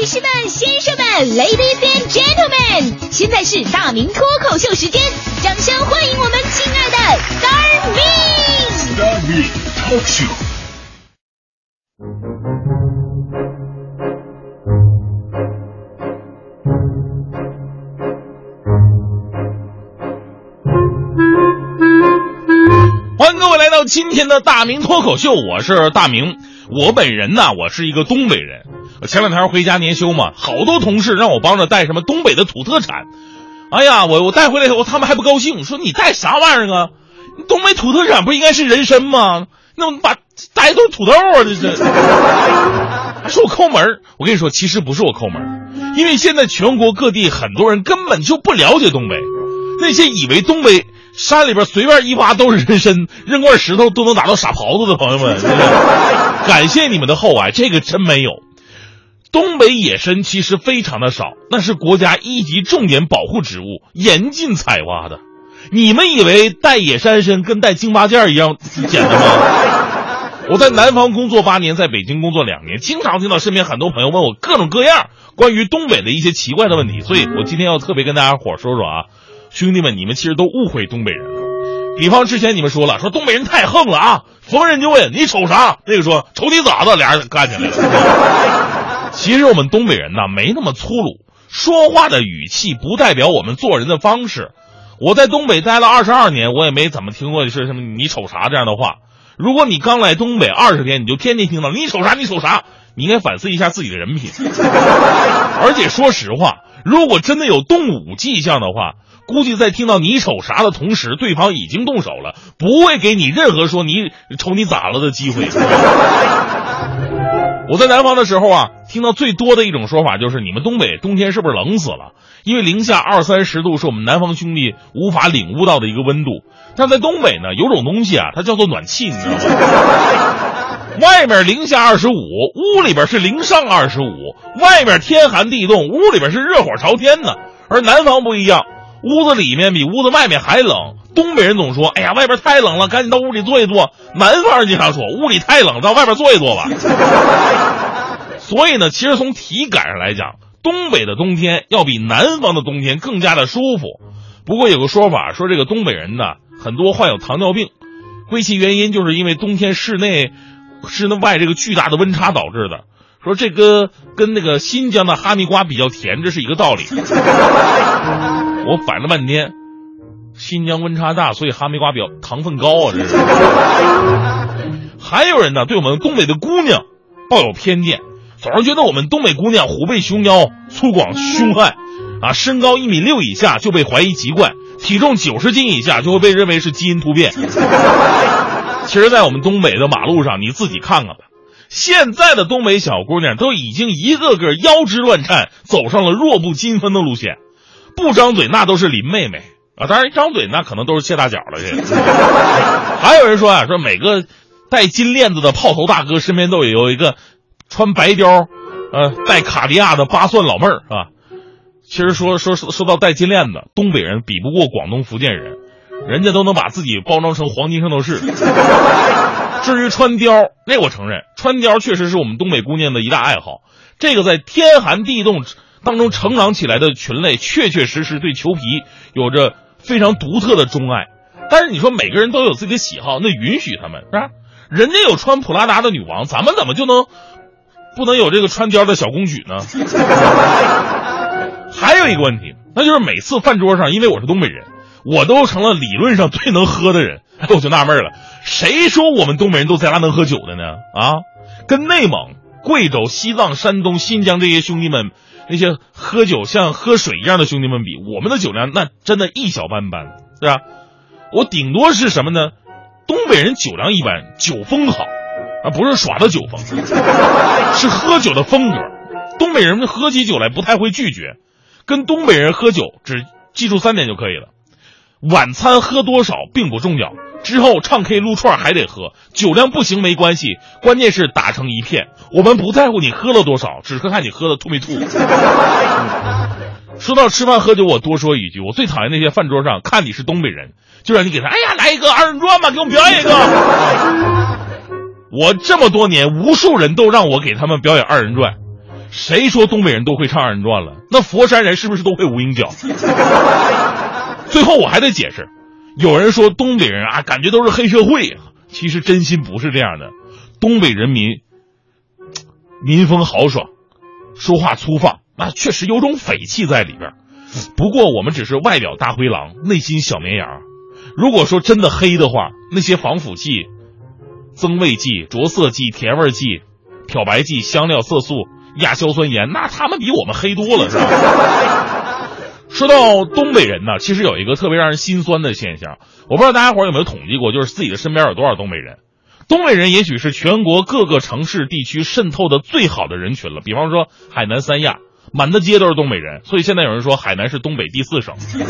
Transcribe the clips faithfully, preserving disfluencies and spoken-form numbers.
女士们、先生们 ，Ladies and Gentlemen， 现在是大明脱口秀时间，掌声欢迎我们亲爱的 Star Me。Star Me Talk Show。 欢迎各位来到今天的大明脱口秀，我是大明。我本人呢，我是一个东北人。前两天回家年休嘛，好多同事让我帮着带什么东北的土特产。哎呀，我我带回来以后，他们还不高兴，说你带啥玩意儿啊？东北土特产不应该是人参吗？那我把带都是土豆啊，这是。还说我抠门。我跟你说，其实不是我抠门，因为现在全国各地很多人根本就不了解东北，那些以为东北山里边随便一挖都是人参，扔块石头都能打到傻狍子的朋友们，感谢你们的厚爱，这个真没有。东北野参其实非常的少，那是国家一级重点保护植物，严禁采挖的。你们以为带野山参跟带京八件一样简单吗？我在南方工作八年，在北京工作两年，经常听到身边很多朋友问我各种各样关于东北的一些奇怪的问题，所以我今天要特别跟大家伙说说啊，兄弟们，你们其实都误会东北人了。比方之前你们说了，说东北人太横了啊，逢人就问你瞅啥，那个说瞅你咋的，俩人干起来了。其实我们东北人呢没那么粗鲁，说话的语气不代表我们做人的方式。我在东北待了二十二年，我也没怎么听过是什么你瞅啥这样的话。如果你刚来东北二十天，你就天天听到你瞅啥你瞅啥，你应该反思一下自己的人品。而且说实话，如果真的有动武迹象的话，估计在听到你瞅啥的同时，对方已经动手了，不会给你任何说你瞅你咋了的机会。我在南方的时候啊，听到最多的一种说法就是你们东北冬天是不是冷死了？因为零下二三十度是我们南方兄弟无法领悟到的一个温度。但在东北呢，有种东西啊，它叫做暖气，你知道吗？外面零下二十五，屋里边是零上二十五，外面天寒地冻，屋里边是热火朝天呢。而南方不一样，屋子里面比屋子外面还冷。东北人总说，哎呀，外边太冷了，赶紧到屋里坐一坐。南方人经常说，屋里太冷，到外边坐一坐吧。所以呢，其实从体感上来讲，东北的冬天要比南方的冬天更加的舒服。不过有个说法说，这个东北人呢，很多患有糖尿病，归其原因就是因为冬天室内室内外这个巨大的温差导致的。说这个跟那个新疆的哈密瓜比较甜，这是一个道理。我反了半天，新疆温差大，所以哈密瓜比较糖分高啊，这是。还有人呢，对我们东北的姑娘抱有偏见，总是觉得我们东北姑娘虎背熊腰、粗犷凶悍啊，身高一米六以下就被怀疑籍贯，体重九十斤以下就会被认为是基因突变。其实在我们东北的马路上，你自己看看吧，现在的东北小姑娘都已经一个个腰肢乱颤，走上了弱不禁风的路线，不张嘴那都是林妹妹啊，当然一张嘴那可能都是谢大脚了。这还有人说啊，说每个戴金链子的炮头大哥身边都有一个穿白貂呃戴卡地亚的八蒜老妹儿啊。其实说说说到戴金链子，东北人比不过广东福建人，人家都能把自己包装成黄金圣斗士。至于穿貂，那我承认穿貂确实是我们东北姑娘的一大爱好，这个在天寒地冻当中成长起来的群类，确确实实对裘皮有着非常独特的钟爱。但是你说每个人都有自己的喜好，那允许他们是吧？人家有穿普拉达的女王，咱们怎么就能不能有这个穿貂的小公举呢？还有一个问题，那就是每次饭桌上，因为我是东北人，我都成了理论上最能喝的人。哎，我就纳闷了，谁说我们东北人都在家能喝酒的呢？啊，跟内蒙、贵州、西藏、山东、新疆这些兄弟们，那些喝酒像喝水一样的兄弟们比，我们的酒量那真的一小般般，是吧？我顶多是什么呢？东北人酒量一般，酒风好啊，不是耍的酒风，是喝酒的风格。东北人喝起酒来不太会拒绝，跟东北人喝酒只记住三点就可以了：晚餐喝多少并不重要，之后唱 K 撸串还得喝，酒量不行没关系，关键是打成一片。我们不在乎你喝了多少，只是看你喝的吐没吐。说到吃饭喝酒，我多说一句，我最讨厌那些饭桌上看你是东北人就让你给他，哎呀来一个二人转吧，给我们表演一个。我这么多年无数人都让我给他们表演二人转， 谁说东北人都会唱二人转了？那佛山人是不是都会无影脚？最后我还得解释，有人说东北人啊，感觉都是黑社会，其实真心不是这样的。东北人民民风豪爽，说话粗放，那确实有种匪气在里边。不过我们只是外表大灰狼，内心小绵羊。如果说真的黑的话，那些防腐剂、增味剂、着色剂、甜味剂、漂白剂、香料、色素、亚硝酸盐，那他们比我们黑多了，是吧？说到东北人呢，其实有一个特别让人心酸的现象，我不知道大家伙有没有统计过，就是自己的身边有多少东北人。东北人也许是全国各个城市地区渗透的最好的人群了，比方说海南三亚，满大街都是东北人，所以现在有人说海南是东北第四省。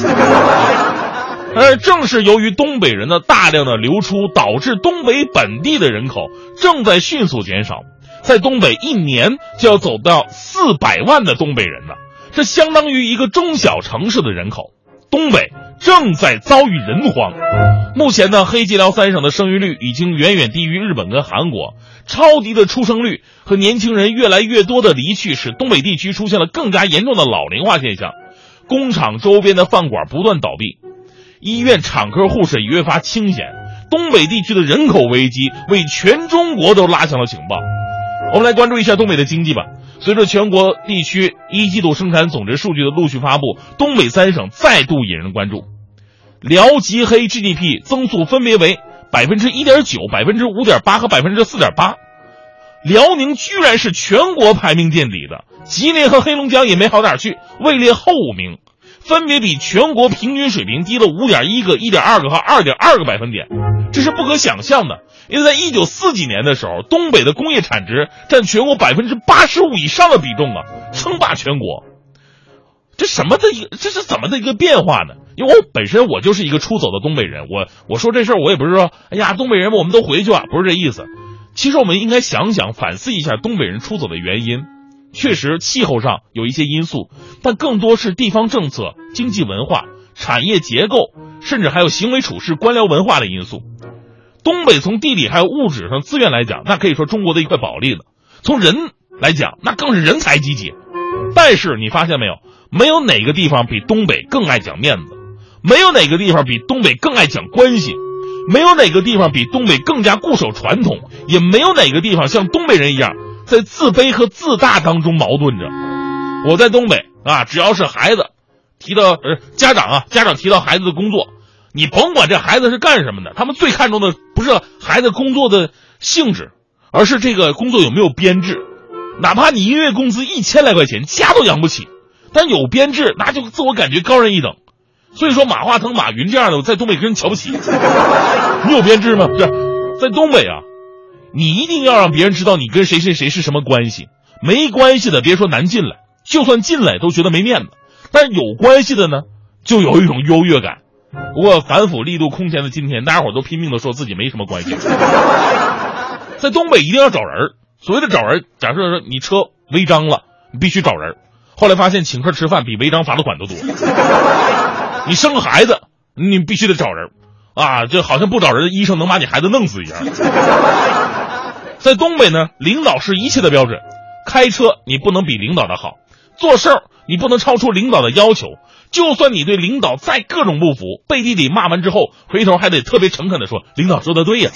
而正是由于东北人的大量的流出，导致东北本地的人口正在迅速减少，在东北一年就要走到四百万的东北人呢，这相当于一个中小城市的人口。东北正在遭遇人荒。目前呢，黑吉辽三省的生育率已经远远低于日本跟韩国，超低的出生率和年轻人越来越多的离去，使东北地区出现了更加严重的老龄化现象。工厂周边的饭馆不断倒闭，医院产科护士也越发清闲，东北地区的人口危机为全中国都拉响了警报。我们来关注一下东北的经济吧。随着全国地区一季度生产总值数据的陆续发布，东北三省再度引人关注。辽吉黑 G D P 增速分别为 百分之一点九、百分之五点八 和 百分之四点八。辽宁居然是全国排名垫底的，吉林和黑龙江也没好哪去，位列后五名，分别比全国平均水平低了 五点一 个、一点二 个和 二点二 个百分点。这是不可想象的，因为在一九四几年的时候，东北的工业产值占全国 百分之八十五 以上的比重啊，称霸全国。这什么的一个这是怎么的一个变化呢？因为我本身我就是一个出走的东北人，我我说这事儿我也不是说哎呀东北人我们都回去啊，不是这意思。其实我们应该想想反思一下东北人出走的原因。确实气候上有一些因素，但更多是地方政策、经济文化、产业结构，甚至还有行为处事、官僚文化的因素。东北从地理还有物质上资源来讲，那可以说中国的一块宝利了。从人来讲，那更是人才济济。但是你发现没有，没有哪个地方比东北更爱讲面子，没有哪个地方比东北更爱讲关系，没有哪个地方比东北更加固守传统，也没有哪个地方像东北人一样在自卑和自大当中矛盾着。我在东北啊，只要是孩子提到呃家长啊，家长提到孩子的工作，你甭管这孩子是干什么的，他们最看重的不是孩子工作的性质，而是这个工作有没有编制。哪怕你一个月工资一千来块钱，家都养不起，但有编制，那就自我感觉高人一等。所以说马化腾、马云这样的，在东北跟人瞧不起。你有编制吗？是在东北啊，你一定要让别人知道你跟谁谁谁是什么关系。没关系的别说难进来，就算进来都觉得没面子。但有关系的呢，就有一种优越感。不过反腐力度空前的今天，大家伙都拼命的说自己没什么关系。在东北一定要找人，所谓的找人，假设说你车违章了，你必须找人。后来发现请客吃饭比违章罚的款都多。你生个孩子，你必须得找人啊，就好像不找人，医生能把你孩子弄死一样。在东北呢，领导是一切的标准。开车你不能比领导的好，做事儿你不能超出领导的要求。就算你对领导再各种不服，背地里骂完之后，回头还得特别诚恳的说领导说的对呀。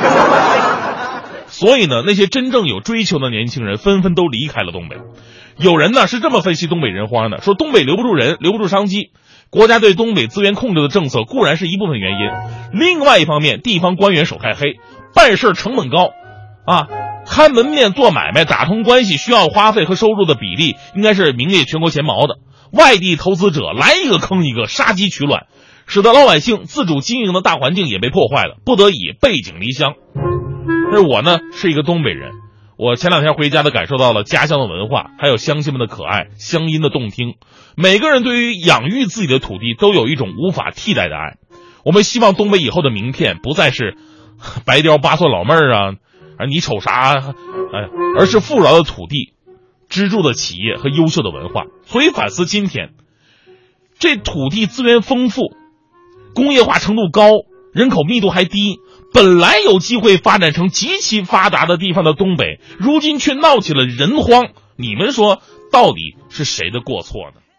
所以呢，那些真正有追求的年轻人纷纷都离开了东北。有人呢是这么分析东北人荒的，说东北留不住人，留不住商机。国家对东北资源控制的政策固然是一部分原因，另外一方面，地方官员手太黑，办事成本高啊，看门面做买卖打通关系需要花费和收入的比例应该是名列全国前茅的。外地投资者来一个坑一个，杀鸡取卵，使得老百姓自主经营的大环境也被破坏了，不得已背井离乡。而我呢是一个东北人，我前两天回家的感受到了家乡的文化，还有乡亲们的可爱，乡音的动听。每个人对于养育自己的土地都有一种无法替代的爱。我们希望东北以后的名片不再是白貂八蒜老妹儿啊，啊你瞅啥哎，而是富饶的土地、支柱的企业和优秀的文化。所以反思今天这土地资源丰富，工业化程度高，人口密度还低，本来有机会发展成极其发达的地方的东北，如今却闹起了人荒， 你们说到底是谁的过错呢？